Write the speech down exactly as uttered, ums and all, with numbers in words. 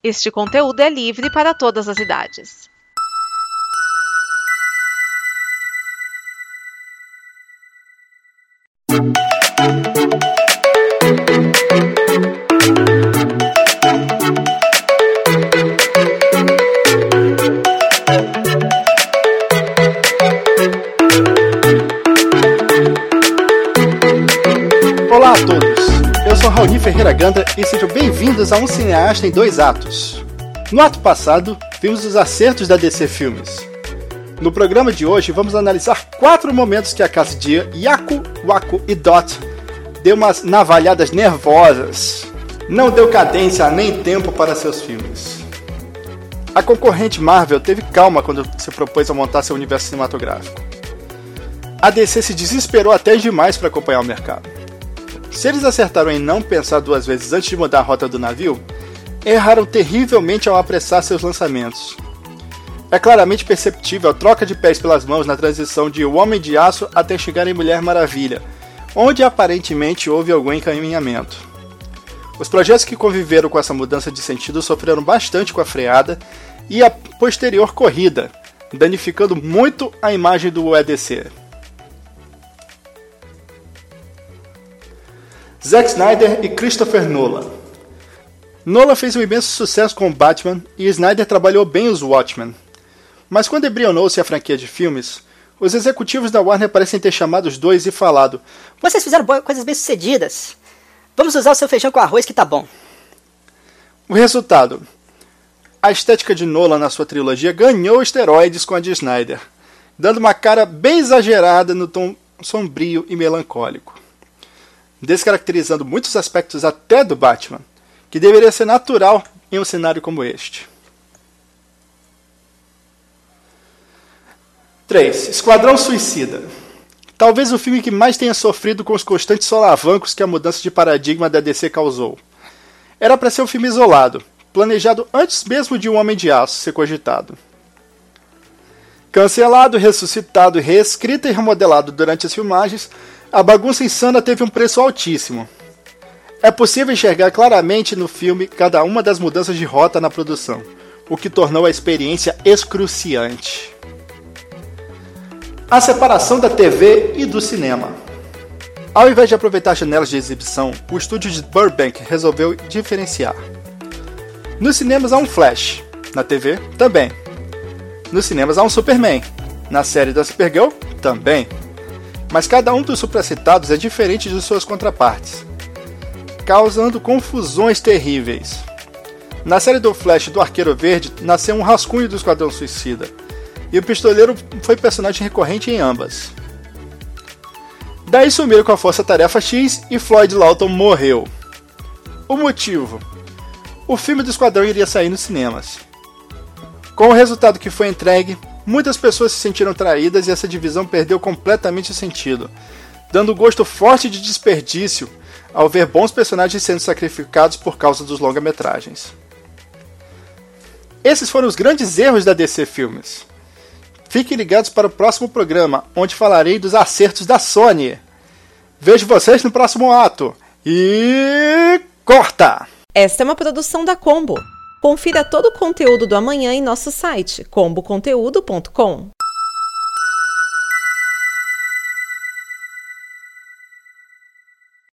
Este conteúdo é livre para todas as idades. Olá a todos, eu sou Raoni Ferreira Gandra e sejam bem-vindos a Um Cineasta em Dois Atos. No ato passado, vimos os acertos da D C Filmes. No programa de hoje, vamos analisar quatro momentos que a casa de Yaku, Waku e Dot deu umas navalhadas nervosas. Não deu cadência nem tempo para seus filmes. A concorrente Marvel teve calma quando se propôs a montar seu universo cinematográfico. A D C se desesperou até demais para acompanhar o mercado. Se eles acertaram em não pensar duas vezes antes de mudar a rota do navio, erraram terrivelmente ao apressar seus lançamentos. É claramente perceptível a troca de pés pelas mãos na transição de O Homem de Aço até chegar em Mulher Maravilha, onde aparentemente houve algum encaminhamento. Os projetos que conviveram com essa mudança de sentido sofreram bastante com a freada e a posterior corrida, danificando muito a imagem do E D C. Zack Snyder e Christopher Nolan. Nolan fez um imenso sucesso com o Batman e Snyder trabalhou bem os Watchmen. Mas quando embrionou-se a franquia de filmes, os executivos da Warner parecem ter chamado os dois e falado: "Vocês fizeram boas, coisas bem sucedidas. Vamos usar o seu feijão com arroz que tá bom." O resultado: a estética de Nolan na sua trilogia ganhou esteroides com a de Snyder, dando uma cara bem exagerada no tom sombrio e melancólico, descaracterizando muitos aspectos até do Batman, que deveria ser natural em um cenário como este. três. Esquadrão Suicida. Talvez o filme que mais tenha sofrido com os constantes solavancos que a mudança de paradigma da D C causou. Era para ser um filme isolado, planejado antes mesmo de Um Homem de Aço ser cogitado. Cancelado, ressuscitado, reescrito e remodelado durante as filmagens, a bagunça insana teve um preço altíssimo. É possível enxergar claramente no filme cada uma das mudanças de rota na produção, o que tornou a experiência excruciante. A separação da T V e do cinema. Ao invés de aproveitar janelas de exibição, o estúdio de Burbank resolveu diferenciar. Nos cinemas há um Flash, na T V também. Nos cinemas há um Superman, na série da Supergirl também. Mas cada um dos supracitados é diferente de suas contrapartes, causando confusões terríveis. Na série do Flash do Arqueiro Verde, nasceu um rascunho do Esquadrão Suicida, e o pistoleiro foi personagem recorrente em ambas. Daí sumiram com a Força Tarefa X e Floyd Lawton morreu. O motivo? O filme do Esquadrão iria sair nos cinemas. Com o resultado que foi entregue, muitas pessoas se sentiram traídas e essa divisão perdeu completamente o sentido, dando gosto forte de desperdício ao ver bons personagens sendo sacrificados por causa dos longa-metragens. Esses foram os grandes erros da D C Filmes. Fiquem ligados para o próximo programa, onde falarei dos acertos da Sony. Vejo vocês no próximo ato. E... corta! Esta é uma produção da Combo. Confira todo o conteúdo do amanhã em nosso site combo conteúdo ponto com.